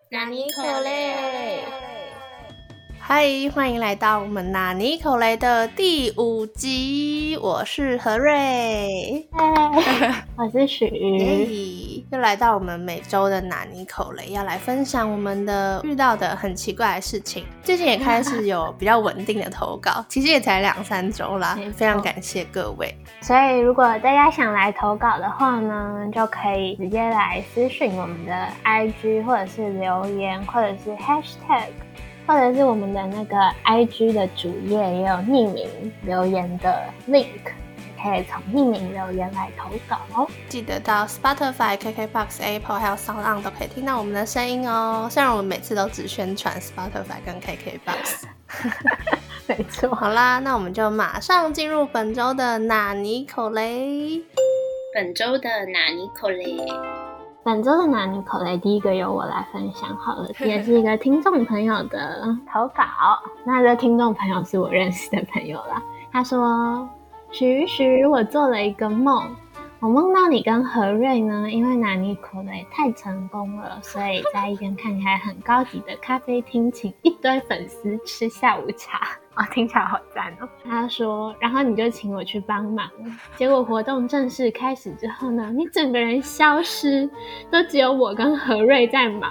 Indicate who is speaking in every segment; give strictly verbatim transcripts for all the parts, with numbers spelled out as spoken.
Speaker 1: 哪尼口雷，嗨，欢迎来到我们哪尼口雷的第五集，我是何瑞，
Speaker 2: 嗨，我是许
Speaker 1: 瑜，又来到我们每周的哪尼口雷，要来分享我们的遇到的很奇怪的事情。最近也开始有比较稳定的投稿，其实也才两三周啦，非常感谢各位。
Speaker 2: 所以如果大家想来投稿的话呢，就可以直接来私讯我们的 I G 或者是留言，或者是 hashtag， 或者是我们的那个 I G 的主页也有匿名留言的 link， 可以从匿名留言来投稿哦。
Speaker 1: 记得到 Spotify、K K B O X、Apple 还有 SoundOn 都可以听到我们的声音哦。虽然我们每次都只宣传 Spotify 跟 K K B O X。
Speaker 2: 没错，
Speaker 1: 好啦，那我们就马上进入本周的哪尼口雷。
Speaker 3: 本周的哪尼口雷，
Speaker 2: 本周的哪尼口雷第一个由我来分享好了，也是一个听众朋友的投稿。那这听众朋友是我认识的朋友啦。他说：许许，我做了一个梦。我梦到你跟何瑞呢，因为哪尼口雷太成功了，所以在一间看起来很高级的咖啡厅，请一堆粉丝吃下午茶。哦，听起来好赞哦。他说，然后你就请我去帮忙，结果活动正式开始之后呢，你整个人消失，都只有我跟何瑞在忙。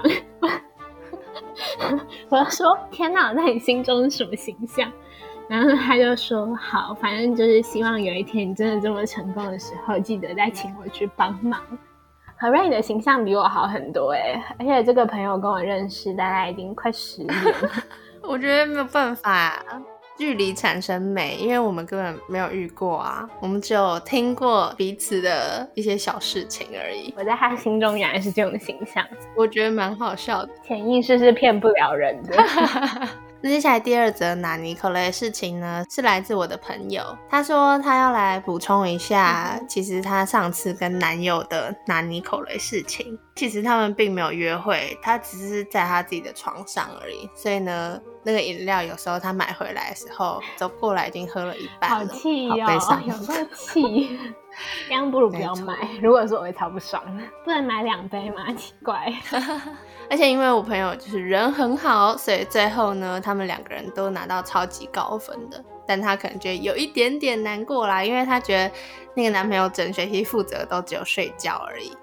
Speaker 2: 我就说，天哪，在你心中是什么形象？然后他就说好，反正就是希望有一天你真的这么成功的时候，记得再请我去帮忙。何瑞的形象比我好很多耶，而且这个朋友跟我认识大概已经快十年了。
Speaker 1: 我觉得没有办法距离产生美，因为我们根本没有遇过啊，我们只有听过彼此的一些小事情而已。
Speaker 2: 我在他心中原来是这种形象，
Speaker 1: 我觉得蛮好笑的，
Speaker 2: 潜意识是骗不了人的。
Speaker 1: 那接下来第二则哪尼口雷的事情呢，是来自我的朋友，他说他要来补充一下，其实他上次跟男友的哪尼口雷事情，其实他们并没有约会，他只是在他自己的床上而已，所以呢那个饮料有时候他买回来的时候走过来已经喝了一半了，
Speaker 2: 好气哦，
Speaker 1: 好悲伤，
Speaker 2: 有够气。这样不如不要买，如果说我会超不爽，不能买两杯吗？奇怪。
Speaker 1: 而且因为我朋友就是人很好，所以最后呢他们两个人都拿到超级高分的，但他可能觉得有一点点难过啦，因为他觉得那个男朋友整学期负责都只有睡觉而已。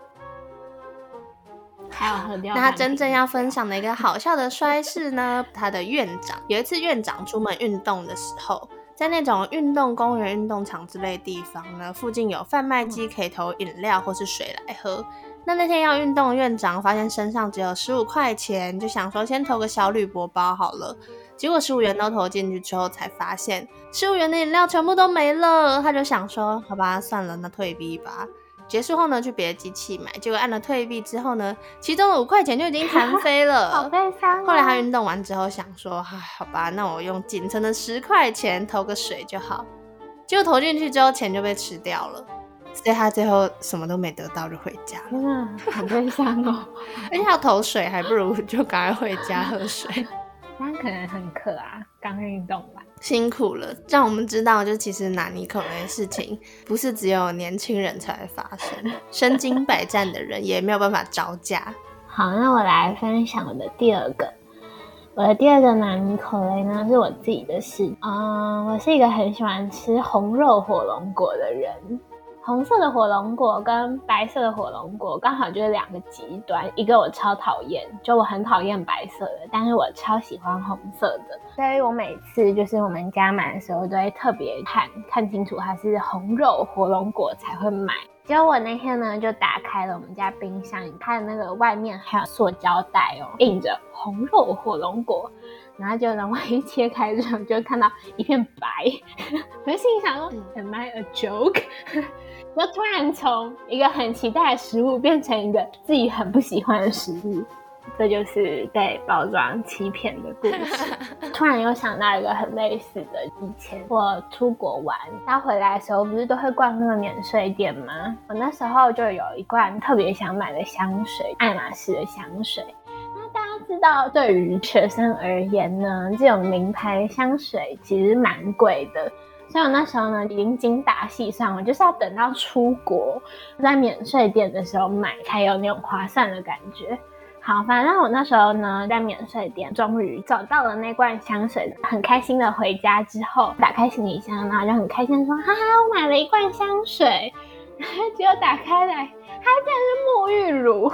Speaker 2: 还有喝掉。
Speaker 1: 那他真正要分享的一个好笑的衰事呢，他的院长有一次院长出门运动的时候，在那种运动公园、运动场之类的地方呢，附近有贩卖机可以投饮料或是水来喝。那那天要运动的院长发现身上只有十五块钱，就想说先投个小铝箔包好了。结果十五元都投进去之后，才发现十五元的饮料全部都没了。他就想说，好吧，算了，那退币吧。结束后呢，去别的机器买，结果按了退币之后呢，其中的五块钱就已经弹飞了，
Speaker 2: 好悲伤哦。
Speaker 1: 后来他运动完之后想说，好吧，那我用仅存的十块钱投个水就好。结果投进去之后，钱就被吃掉了，所以他最后什么都没得到就回家了。
Speaker 2: 天哪，好悲伤哦！
Speaker 1: 而且他投水，还不如就赶快回家喝水。
Speaker 2: 他可能很渴啊，刚运动吧。
Speaker 1: 辛苦了，让我们知道，就其实哪尼口雷的事情不是只有年轻人才会发生，身经百战的人也没有办法招架。
Speaker 2: 好，那我来分享我的第二个。我的第二个哪尼口雷呢，是我自己的事。嗯，我是一个很喜欢吃红肉火龙果的人。红色的火龙果跟白色的火龙果刚好就是两个极端，一个我超讨厌，就我很讨厌白色的，但是我超喜欢红色的，所以我每次就是我们家买的时候都会特别看看清楚它是红肉火龙果才会买。结果我那天呢就打开了我们家冰箱，它的那个外面还有塑胶袋哦，印着红肉火龙果，然后就等我一切开之后就看到一片白，我就心里想说、嗯、Am I a joke？ 我突然从一个很期待的食物变成一个自己很不喜欢的食物，这就是被包装欺骗的故事。突然又想到一个很类似的，以前我出国玩，他回来的时候不是都会逛那个免税店吗？我那时候就有一罐特别想买的香水，爱马仕的香水。那大家知道，对于学生而言呢，这种名牌香水其实蛮贵的。所以我那时候呢已经精打细算，我就是要等到出国在免税店的时候买才有那种划算的感觉。 好，反正我那时候呢在免税店终于找到了那罐香水，很开心的回家之后打开行李箱，然后就很开心说哈哈我买了一罐香水，然后结果打开来它竟然是沐浴乳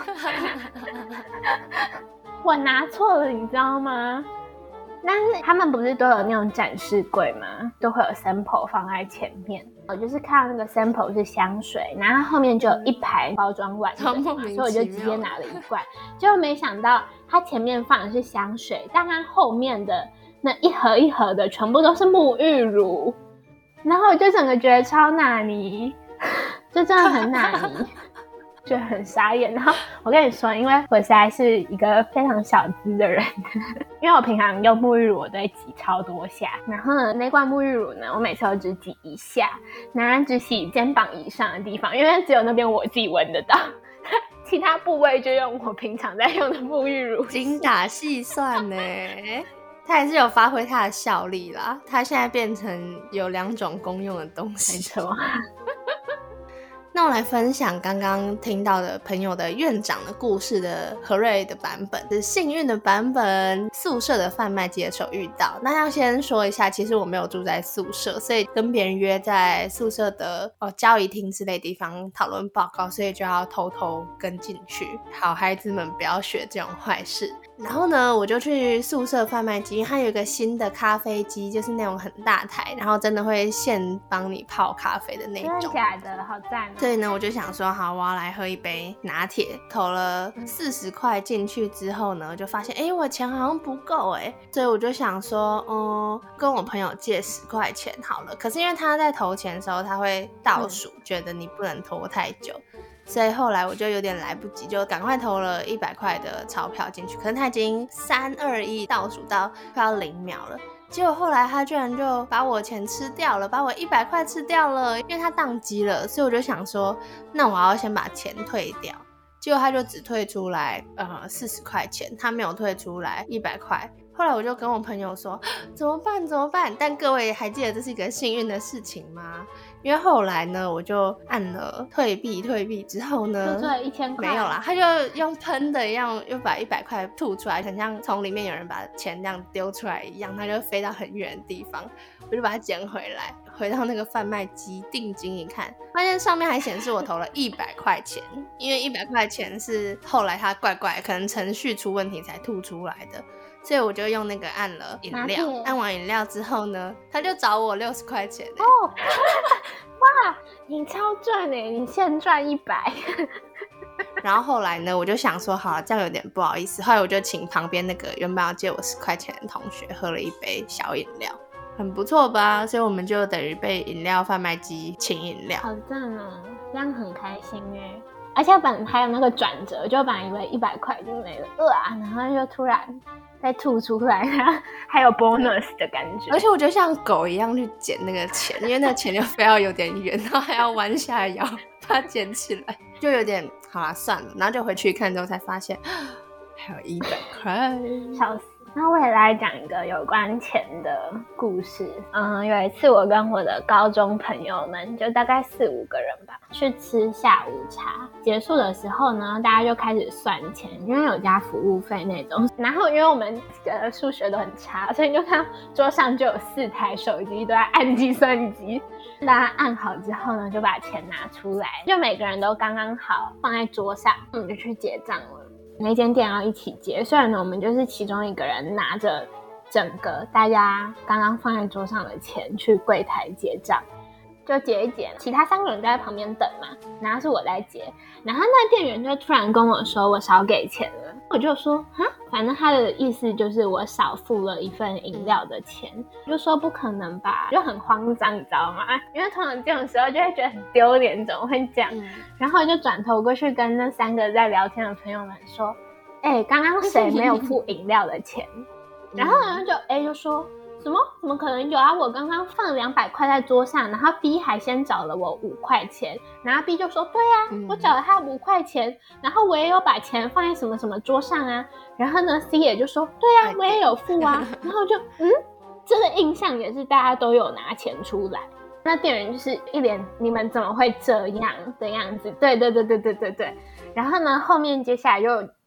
Speaker 2: 我拿错了你知道吗？但是他们不是都有那种展示柜吗？都会有 sample 放在前面。我就是看到那个 sample 是香水，然后后面就有一排包装完整，所以我就直接拿了一罐。结果没想到它前面放的是香水，但它后面的那一盒一盒的全部都是沐浴乳，然后我就整个觉得超纳尼，就真的很纳尼。就很傻眼。然后我跟你说，因为我实在是一个非常小资的人因为我平常用沐浴乳我都会挤超多下，然后呢那罐沐浴乳呢我每次都只挤一下，然后只洗肩膀以上的地方，因为只有那边我自己闻得到其他部位就用我平常在用的沐浴乳。
Speaker 1: 精打细算呢它还是有发挥它的效力啦，它现在变成有两种公用的东西。
Speaker 2: 没错
Speaker 1: 那我来分享刚刚听到的朋友的院长的故事的何瑞的版本，是幸运的版本，宿舍的贩卖机的时候遇到。那要先说一下，其实我没有住在宿舍，所以跟别人约在宿舍的哦交谊厅之类地方讨论报告，所以就要偷偷跟进去。好孩子们不要学这种坏事。然后呢我就去宿舍贩卖机，它有一个新的咖啡机，就是那种很大台，然后真的会现帮你泡咖啡的那种。
Speaker 2: 真的假的？好赞哦。
Speaker 1: 所以呢我就想说好我要来喝一杯拿铁，投了四十块进去之后呢就发现哎我钱好像不够哎，所以我就想说嗯跟我朋友借十块钱好了。可是因为他在投钱的时候他会倒数、嗯、觉得你不能拖太久，所以后来我就有点来不及，就赶快投了一百块的钞票进去，可是他已经三二一倒数到快要零秒了，结果后来他居然就把我钱吃掉了，把我一百块吃掉了，因为他宕机了，所以我就想说那我要先把钱退掉，结果他就只退出来呃四十块钱，他没有退出来一百块。后来我就跟我朋友说怎么办怎么办，但各位还记得这是一个幸运的事情吗？因为后来呢我就按了退币，退币之后呢
Speaker 2: 就退一千块，
Speaker 1: 没有啦，他就用喷的一样又把一百块吐出来，很像从里面有人把钱这样丢出来一样，他就飞到很远的地方，我就把它捡回来，回到那个贩卖机定睛一看，发现上面还显示我投了一百块钱因为一百块钱是后来他怪怪可能程序出问题才吐出来的，所以我就用那个按了饮料，按完饮料之后呢他就找我六十块钱
Speaker 2: 哦哇你超赚耶，你现赚一百
Speaker 1: 然后后来呢我就想说好了这样有点不好意思，后来我就请旁边那个原本要借我十块钱的同学喝了一杯小饮料，很不错吧，所以我们就等于被饮料贩卖机请饮料。
Speaker 2: 好赞哦，这样很开心耶。而且本还有那个转折，就本来以为一百块就没了呃啊，然后就突然再吐出来，还有 bonus 的感觉。
Speaker 1: 而且我就像狗一样去捡那个钱，因为那个钱就飞到有点远，然后还要弯下腰把它捡起来，就有点好啦算了，然后就回去看之后才发现还有一百块，
Speaker 2: 笑死。那我也来讲一个有关钱的故事。嗯，有一次我跟我的高中朋友们，就大概四五个人吧，去吃下午茶。结束的时候呢，大家就开始算钱，因为有加服务费那种。然后因为我们的数学都很差，所以就看桌上就有四台手机都在按计算机。大家按好之后呢，就把钱拿出来，就每个人都刚刚好放在桌上，我们就去结账了。那间店要一起结，虽然呢我们就是其中一个人拿着整个大家刚刚放在桌上的钱去柜台结账，就结一结，其他三个人都在旁边等嘛，然后是我在结，然后那店员就突然跟我说我少给钱了，我就说哈，反正他的意思就是我少付了一份饮料的钱，就说不可能吧，就很慌张你知道吗？因为通常这种时候就会觉得很丢脸，怎么会这样、嗯、然后我就转头过去跟那三个在聊天的朋友们说哎、欸，刚刚谁没有付饮料的钱然后呢就 A 就说什么怎么可能有啊，我刚刚放两百块在桌上，然后 B 还先找了我五块钱，然后 B 就说对啊、嗯、我找了他五块钱，然后我也有把钱放在什么什么桌上啊，然后呢 C 也就说对啊我也有付啊，然后就嗯这个印象也是大家都有拿钱出来，那店员就是一脸你们怎么会这样的样子，对对对对对对对，然后呢后面接下来又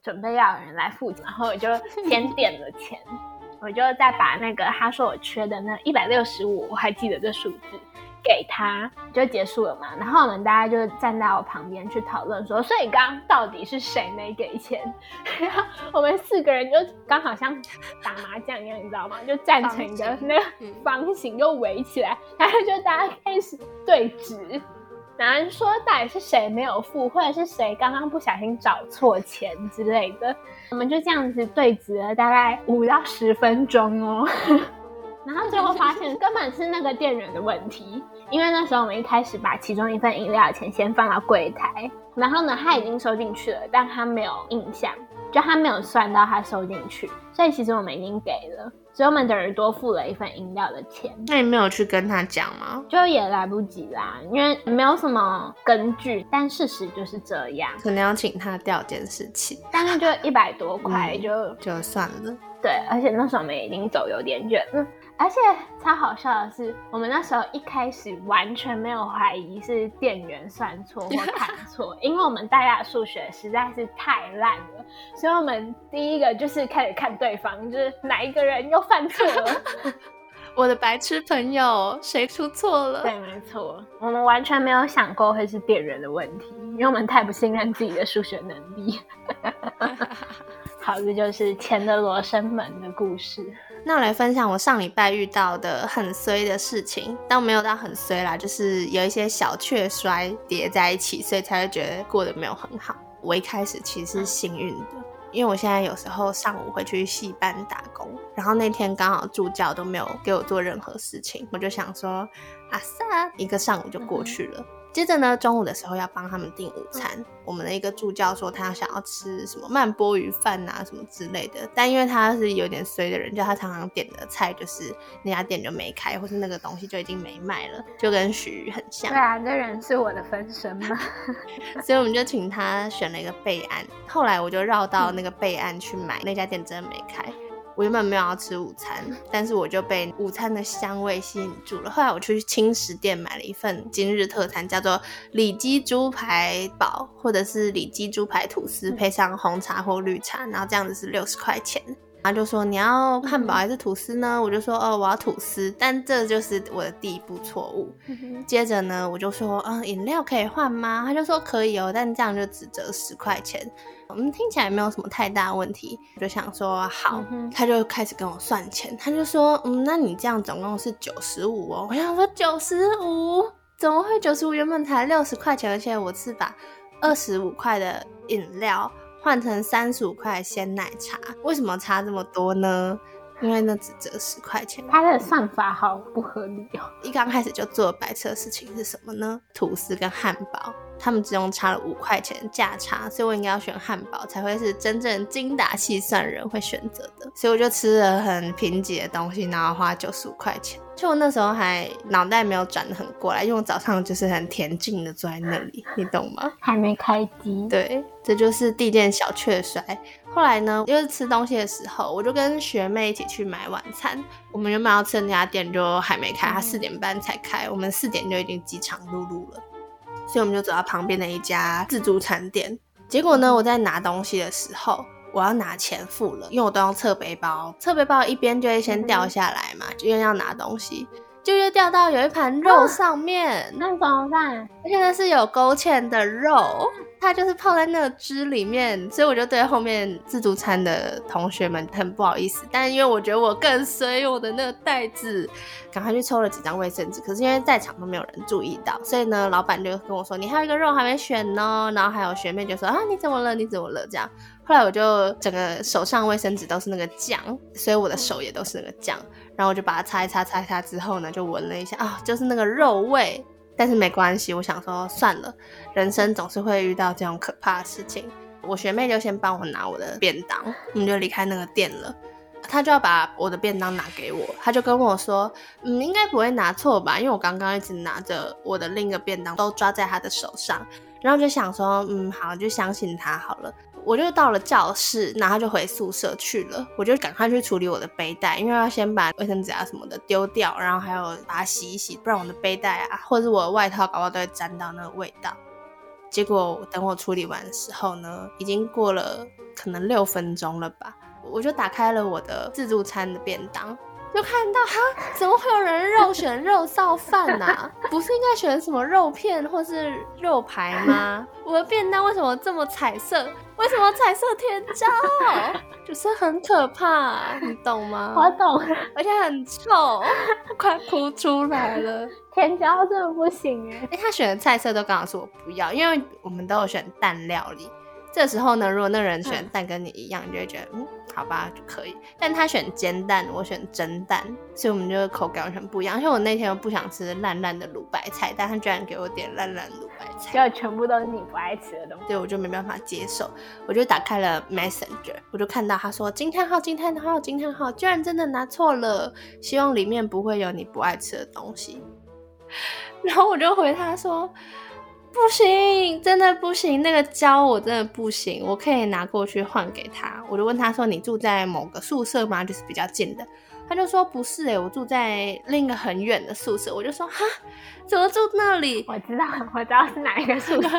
Speaker 2: 准备要有人来付钱，然后我就先点了钱，我就再把那个他说我缺的那一百六十五，我还记得这数字给他，就结束了嘛。然后我们大家就站在我旁边去讨论说，所以刚刚到底是谁没给钱？然后我们四个人就刚好像打麻将一样，你知道吗？就站成一个那个方形，就围起来，然后就大家开始对峙，然后说到底是谁没有付，或者是谁刚刚不小心找错钱之类的。我们就这样子对峙了大概五到十分钟哦。然后最后发现根本是那个店员的问题，因为那时候我们一开始把其中一份饮料的钱先放到柜台，然后呢他已经收进去了，但他没有印象，就他没有算到他收进去，所以其实我们已经给了，所以我们等于多付了一份饮料的钱。
Speaker 1: 那你没有去跟他讲吗？
Speaker 2: 就也来不及啦，因为没有什么根据，但事实就是这样。
Speaker 1: 可能要请他调监视器，
Speaker 2: 但是就一百多块就、
Speaker 1: 嗯、就算了。
Speaker 2: 对，而且那时候我们已经走有点远了。而且超好笑的是，我们那时候一开始完全没有怀疑是店员算错或看错，因为我们大家的数学实在是太烂了，所以我们第一个就是开始看对方，就是哪一个人又犯错了。
Speaker 1: 我的白痴朋友，谁出错了？
Speaker 2: 对，没错，我们完全没有想过会是店员的问题，因为我们太不信任自己的数学能力。好，这就是钱的罗生门的故事。
Speaker 1: 那我来分享我上礼拜遇到的很衰的事情，但没有到很衰啦，就是有一些小确衰叠在一起，所以才会觉得过得没有很好。我一开始其实是幸运的，因为我现在有时候上午会去戏班打工，然后那天刚好助教都没有给我做任何事情，我就想说啊撒，一个上午就过去了。接着呢，中午的时候要帮他们订午餐、嗯、我们的一个助教说他想要吃什么慢波鱼饭啊什么之类的，但因为他是有点衰的人，就他常常点的菜就是那家店就没开，或是那个东西就已经没卖了，就跟许瑜很像。
Speaker 2: 对啊，这人是我的分身嘛。
Speaker 1: 所以我们就请他选了一个备案，后来我就绕到那个备案去买、嗯、那家店真的没开。我原本没有要吃午餐，但是我就被午餐的香味吸引住了。后来我去轻食店买了一份今日特餐，叫做里脊猪排堡，或者是里脊猪排吐司，配上红茶或绿茶，然后这样子是六十块钱。他就说你要汉堡还是吐司呢？我就说哦我要吐司，但这就是我的第一步错误。接着呢我就说嗯饮料可以换吗？他就说可以哦，但这样就只折十块钱。嗯，听起来没有什么太大问题，我就想说好、嗯、他就开始跟我算钱，他就说嗯那你这样总共是九十五哦。我想说九十五怎么会九十五？原本才六十块钱，而且我是把二十五块的饮料换成三十五块的鲜奶茶，为什么差这么多呢？因为那只折十块钱。
Speaker 2: 他的算法好不合理哦。
Speaker 1: 一刚开始就做了白痴的事情是什么呢？吐司跟汉堡他们只用差了五块钱价差，所以我应该要选汉堡才会是真正精打细算人会选择的，所以我就吃了很贫瘠的东西，然后花九十五块钱。就我那时候还脑袋没有转得很过来，因为我早上就是很恬静的坐在那里，你懂吗？
Speaker 2: 还没开机。
Speaker 1: 对，这就是第一件小确衰。后来呢，就是吃东西的时候，我就跟学妹一起去买晚餐。我们原本要吃的那家店就还没开，它四点半才开，我们四点就已经饥肠辘辘了，所以我们就走到旁边的一家自助餐店。结果呢，我在拿东西的时候，我要拿钱付了，因为我都用侧背包，侧背包一边就会先掉下来嘛，就因为要拿东西，就又掉到有一盘肉上面、哦、
Speaker 2: 那怎么办？
Speaker 1: 而且那是有勾芡的肉，它就是泡在那个汁里面，所以我就对后面自助餐的同学们很不好意思，但因为我觉得我更衰，因为我的那个袋子赶快去抽了几张卫生纸，可是因为在场都没有人注意到，所以呢老板就跟我说你还有一个肉还没选呢，然后还有学妹就说啊你怎么了你怎么了这样。后来我就整个手上卫生纸都是那个酱，所以我的手也都是那个酱，然后我就把它擦一擦擦一擦之后呢，就闻了一下啊，就是那个肉味。但是没关系，我想说算了，人生总是会遇到这种可怕的事情。我学妹就先帮我拿我的便当，我们就离开那个店了。她就要把我的便当拿给我，她就跟我说嗯，应该不会拿错吧，因为我刚刚一直拿着我的另一个便当都抓在她的手上，然后就想说嗯好，就相信她好了。我就到了教室，然后就回宿舍去了。我就赶快去处理我的背带，因为要先把卫生纸啊什么的丢掉，然后还有把它洗一洗，不然我的背带啊或者是我的外套搞不好都会沾到那个味道。结果等我处理完的时候呢，已经过了可能六分钟了吧，我就打开了我的自助餐的便当，就看到哈，怎么会有人肉选肉臊饭啊？不是应该选什么肉片或是肉排吗？我的便当为什么这么彩色？为什么彩色甜椒？就是很可怕，你懂吗？
Speaker 2: 我懂，
Speaker 1: 而且很臭，快哭出来了。
Speaker 2: 甜椒真的不行哎、
Speaker 1: 欸！他选的菜色都刚好是我不要，因为我们都有选蛋料理。这时候呢，如果那个人选蛋跟你一样，嗯、你就会觉得嗯，好吧就可以。但他选煎蛋，我选蒸蛋，所以我们就口感完全不一样。而且我那天又不想吃烂烂的卤白菜，但他居然给我点烂烂卤白菜，
Speaker 2: 结果全部都是你不爱吃的东西，
Speaker 1: 对，我就没办法接受。我就打开了 Messenger， 我就看到他说惊叹号惊叹号惊叹号，居然真的拿错了，希望里面不会有你不爱吃的东西。然后我就回他说不行，真的不行，那个胶我真的不行，我可以拿过去换给他。我就问他说你住在某个宿舍吗？就是比较近的。他就说不是耶、欸、我住在另一个很远的宿舍。我就说哈，怎么住那里？
Speaker 2: 我知道我知道是哪一个宿舍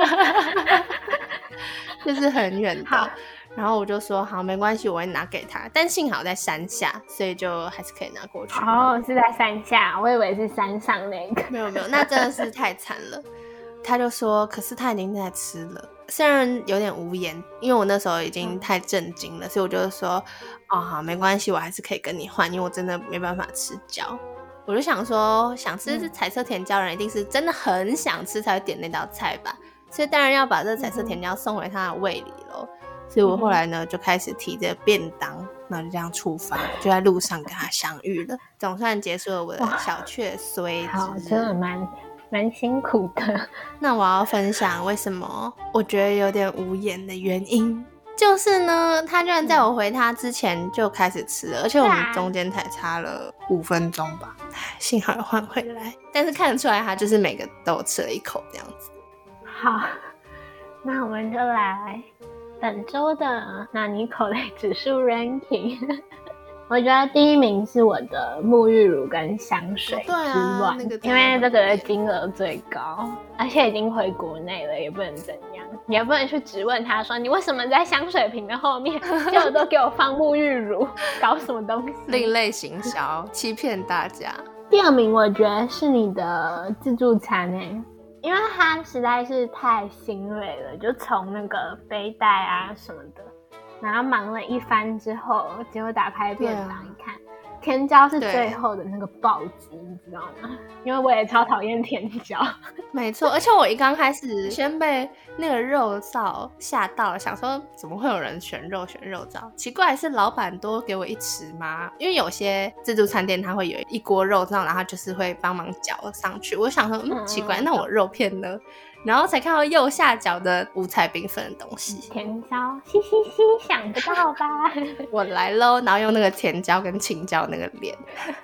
Speaker 1: 就是很远的。
Speaker 2: 好，
Speaker 1: 然后我就说好，没关系，我会拿给他。但幸好在山下，所以就还是可以拿过去。
Speaker 2: 哦，是在山下，我以为是山上那个。
Speaker 1: 没有没有，那真的是太惨了。他就说可是他已经在吃了，虽然有点无言，因为我那时候已经太震惊了，所以我就说哦好，没关系，我还是可以跟你换，因为我真的没办法吃椒。我就想说想吃彩色甜椒人一定是真的很想吃才会点那道菜吧，所以当然要把这彩色甜椒送回他的胃里咯。所以我后来呢就开始提着便当，然后就这样出发，就在路上跟他相遇了，总算结束了我的小确衰。
Speaker 2: 好，真的蛮蛮辛苦的。
Speaker 1: 那我要分享为什么我觉得有点无言的原因，就是呢他居然在我回他之前就开始吃了，而且我们中间才差了五分钟吧，幸好有换回来，但是看得出来他就是每个都吃了一口这样子。
Speaker 2: 好，那我们就来本周的纳尼口类指数 ranking 我觉得第一名是我的沐浴乳跟香水之乱、
Speaker 1: 哦啊那个、
Speaker 2: 因为这个金额最高，而且已经回国内了，也不能怎样，你也不能去质问他说你为什么在香水瓶的后面结果都给我放沐浴乳搞什么东西，
Speaker 1: 另类行销欺骗大家。
Speaker 2: 第二名我觉得是你的自助餐耶，因为它实在是太新锐了，就从那个背带啊什么的，然后忙了一番之后，结果打开便当一看，甜椒是最后的那个暴击，你知道吗？因为我也超讨厌甜椒。
Speaker 1: 没错，而且我一刚开始先被那个肉燥吓到了，想说怎么会有人选肉选肉燥？奇怪，是老板多给我一匙吗？因为有些自助餐店它会有一锅肉燥，然后它就是会帮忙搅上去。我想说，嗯，奇怪，那我肉片呢？然后才看到右下角的五彩缤纷的东西，
Speaker 2: 甜椒，嘻嘻嘻，想不到吧？
Speaker 1: 我来咯，然后用那个甜椒跟青椒那个脸。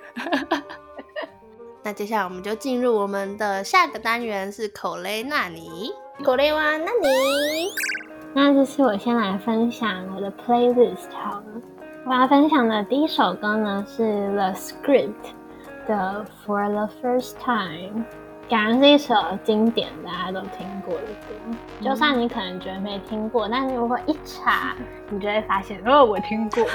Speaker 1: 那接下来我们就进入我们的下个单元，是口雷纳尼。口雷哇纳尼。
Speaker 2: 那这次我先来分享我的 playlist 好了。我要分享的第一首歌呢是 The Script 的 For the First Time。感觉是一首经典大家都听过的歌，就算你可能觉得没听过，但是如果一查你就会发现哦我听过。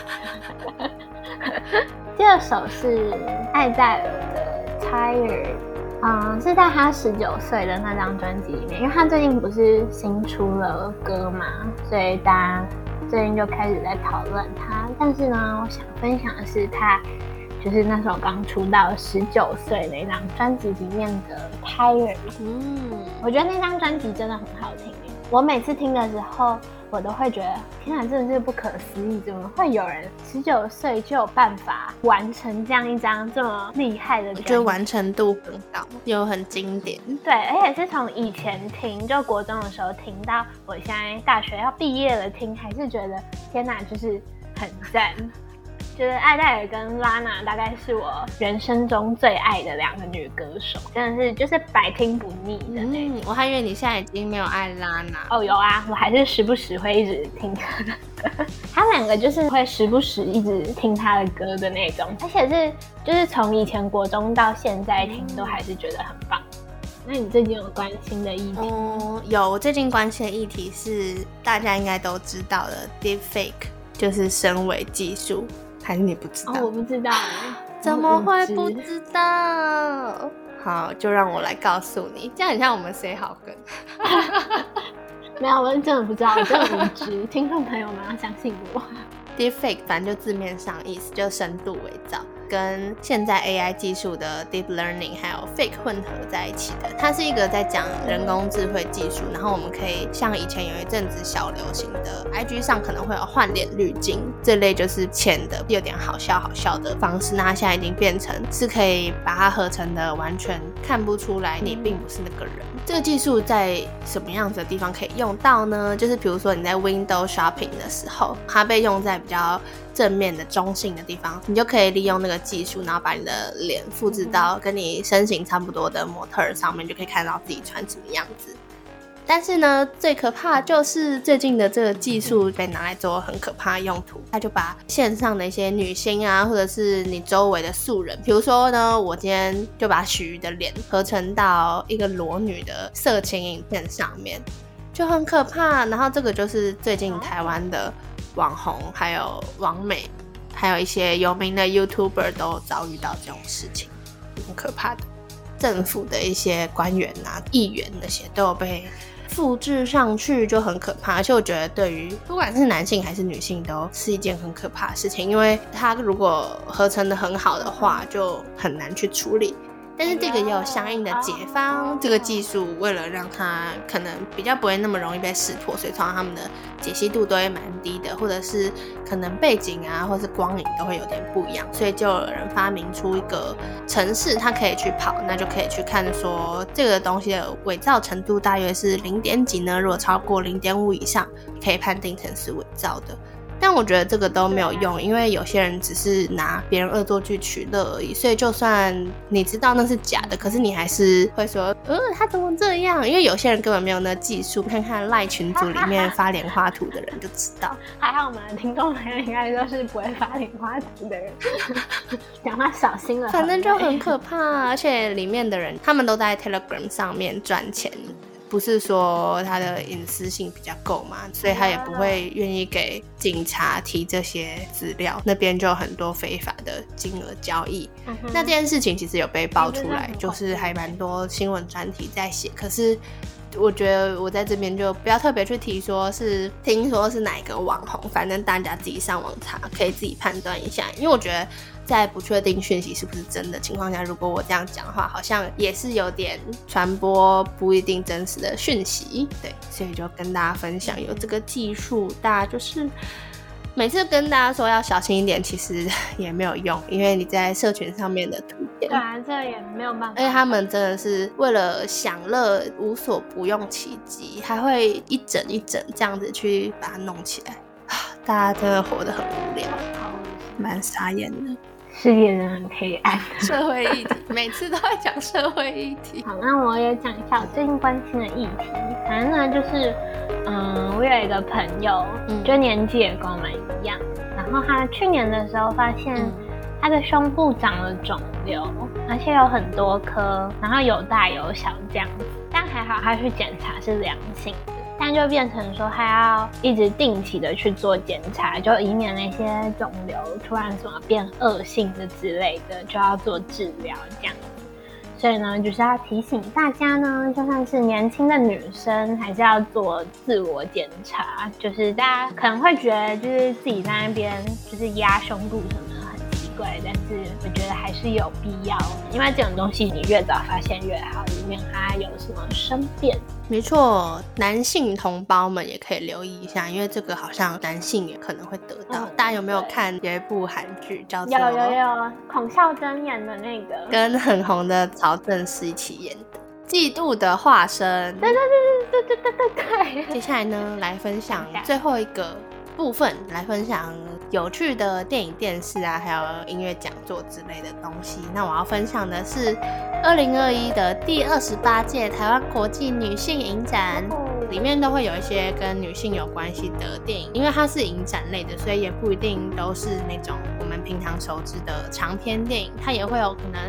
Speaker 2: 第二首是艾黛尔的 Tired， 嗯，是在他十九岁的那张专辑里面，因为他最近不是新出了歌嘛，所以大家最近就开始在讨论他。但是呢我想分享的是他就是那时候刚出道十九岁那张专辑里面的 Tired。 嗯，我觉得那张专辑真的很好听，我每次听的时候我都会觉得天哪，真的是不可思议，怎么会有人十九岁就有办法完成这样一张这么厉害的专辑，
Speaker 1: 我觉得完成度很高又很经典。
Speaker 2: 对，而且是从以前听就国中的时候听到我现在大学要毕业了听，还是觉得天哪就是很赞。就是艾黛尔跟拉娜大概是我人生中最爱的两个女歌手，真的是就是百听不腻的那种。
Speaker 1: 嗯，我还以为你现在已经没有爱拉娜。
Speaker 2: 哦，有啊，我还是时不时会一直听她的歌。他们两个就是会时不时一直听她的歌的那种，而且是就是从以前国中到现在听都还是觉得很棒。 那你最近有关心的议题吗？
Speaker 1: 嗯，有，我最近关心的议题是大家应该都知道的 Deepfake， 就是深伪技术，还是你不知道？
Speaker 2: 哦，我不知道哎，
Speaker 1: 怎么会不知道？好，就让我来告诉你，这样很像我们 say 好梗。
Speaker 2: 没有，我是真的不知道，我真的无知，听众朋友们要相信我。
Speaker 1: Deepfake 反正就字面上意思，就深度伪造，跟现在 A I 技术的 Deep Learning 还有 Fake 混合在一起的。它是一个在讲人工智慧技术，然后我们可以像以前有一阵子小流行的 I G 上可能会有换脸滤镜这类，就是浅的有点好笑好笑的方式。那它现在已经变成是可以把它合成的完全看不出来你并不是那个人。这个技术在什么样子的地方可以用到呢？就是比如说你在 Window Shopping 的时候，它被用在比较正面的中性的地方，你就可以利用那个技术，然后把你的脸复制到跟你身形差不多的模特上面，就可以看到自己穿什么样子。但是呢，最可怕就是最近的这个技术被拿来做很可怕的用途，它就把线上的一些女星啊，或者是你周围的素人，比如说呢，我今天就把许瑜的脸合成到一个裸女的色情影片上面，就很可怕。然后这个就是最近台湾的网红还有网美还有一些有名的 YouTuber 都遭遇到这种事情，很可怕的。政府的一些官员啊议员那些都有被复制上去，就很可怕。而且我觉得对于不管是男性还是女性都是一件很可怕的事情，因为它如果合成的很好的话就很难去处理。但是这个也有相应的解方，这个技术为了让它可能比较不会那么容易被识破，所以通常他们的解析度都会蛮低的，或者是可能背景啊或是光影都会有点不一样，所以就有人发明出一个程式，它可以去跑，那就可以去看说这个东西的伪造程度大约是零点几呢，如果超过零点五以上可以判定成是伪造的。但我觉得这个都没有用，因为有些人只是拿别人恶作剧取乐而已，所以就算你知道那是假的，可是你还是会说呃他怎么这样，因为有些人根本没有那技术，看看赖群组里面发莲花图的人就知道。
Speaker 2: 还好我们的听众朋友应该都是不会发莲花图的人，讲话小心了。
Speaker 1: 反正就很可怕，而且里面的人他们都在 Telegram 上面赚钱，不是说他的隐私性比较够嘛，所以他也不会愿意给警察提这些资料，那边就有很多非法的金额交易、嗯、那这件事情其实有被爆出来，就是还蛮多新闻专题在写，可是我觉得我在这边就不要特别去提说是听说是哪一个网红，反正大家自己上网查可以自己判断一下，因为我觉得在不确定讯息是不是真的情况下，如果我这样讲的话，好像也是有点传播不一定真实的讯息，对，所以就跟大家分享有这个技术，大家就是每次跟大家说要小心一点，其实也没有用，因为你在社群上面的图片，
Speaker 2: 对啊，这也没有办法，
Speaker 1: 而且他们真的是为了享乐无所不用其极，还会一整一整这样子去把它弄起来，大家真的活得很无聊，蛮傻眼的。
Speaker 2: 世界真的很黑暗，
Speaker 1: 社会议题每次都在讲社会议题。
Speaker 2: 好，那我也讲一下我最近关心的议题。反正呢，就是嗯，我有一个朋友，嗯、就年纪也跟我们一样，然后他去年的时候发现他的胸部长了肿瘤，而且有很多颗，然后有大有小这样子，但还好他去检查是良性的。但就变成说他要一直定期的去做检查，就以免那些肿瘤突然什么变恶性的之类的，就要做治疗这样子。所以呢，就是要提醒大家呢，就算是年轻的女生，还是要做自我检查。就是大家可能会觉得，就是自己在那边就是压胸部什么的很奇怪，但是我觉得还是有必要，因为这种东西你越早发现越好，以免它有什么生变。
Speaker 1: 没错，男性同胞们也可以留意一下，因为这个好像男性也可能会得到。嗯、大家有没有看有一部韩剧叫做？
Speaker 2: 有有有，孔孝真演的那个，
Speaker 1: 跟很红的曹正奭一起演的《嫉妒的化身》。
Speaker 2: 对对对对对对对对。
Speaker 1: 接下来呢，来分享最后一个部分，来分享有趣的电影、电视啊，还有音乐讲座之类的东西。那我要分享的是二零二一的第二十八届台湾国际女性影展，里面都会有一些跟女性有关系的电影，因为它是影展类的，所以也不一定都是那种我们平常熟知的长篇电影，它也会有可能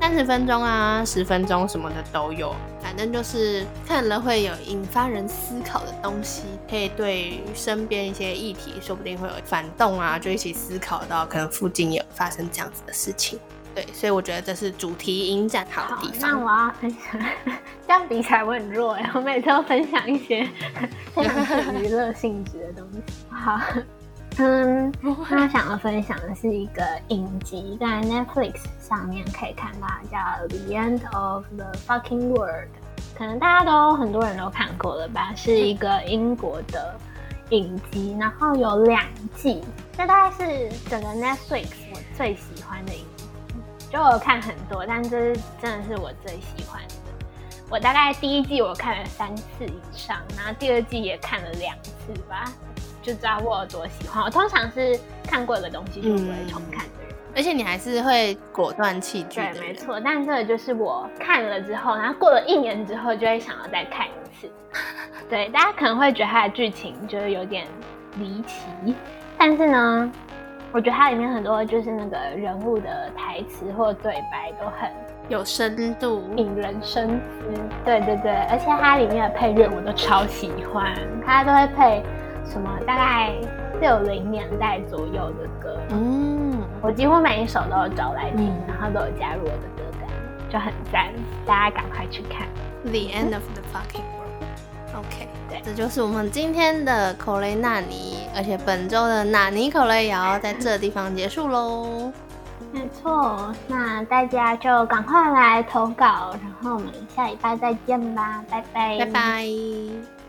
Speaker 1: 三十分钟啊、十分钟什么的都有，反正就是看了会有引发人思考的东西，可以对身边一些议题说不定会有反动啊，就一起思考到可能附近有发生这样子的事情。对，所以我觉得这是主题影展好的地方。
Speaker 2: 那我要分享，这样比起来我很弱哎，我每次都分享一些非常具娱乐性质的东西。好。嗯，那想要分享的是一个影集，在 Netflix 上面可以看到，叫 The End of the Fucking World， 可能大家都很多人都看过了吧，是一个英国的影集，然后有两季，这大概是整个 Netflix 我最喜欢的影集，就我有看很多，但这是真的是我最喜欢的。我大概第一季我看了三次以上，然后第二季也看了两次吧。就知道我有多喜欢。我通常是看过一个东西就不会重看的人、嗯，
Speaker 1: 而且你还是会果断弃剧的人。
Speaker 2: 对，没错。但这个就是我看了之后，然后过了一年之后，就会想要再看一次。对，大家可能会觉得它的剧情就是有点离奇，但是呢，我觉得它里面很多就是那个人物的台词或对白都很
Speaker 1: 有深度，
Speaker 2: 引人深思。对对对，而且它里面的配乐我都超喜欢，它都会配。什么大概六零年代左右的歌，嗯，我几乎每一首都有找来听、嗯，然后都有加入我的歌单，就很赞，大家赶快去看。
Speaker 1: The End of the Fucking World。OK， 对，这就是我们今天的口雷纳尼，而且本周的纳尼口雷也要在这地方结束喽。
Speaker 2: 没错，那大家就赶快来投稿，然后我们下礼拜再见吧，拜拜，
Speaker 1: 拜拜。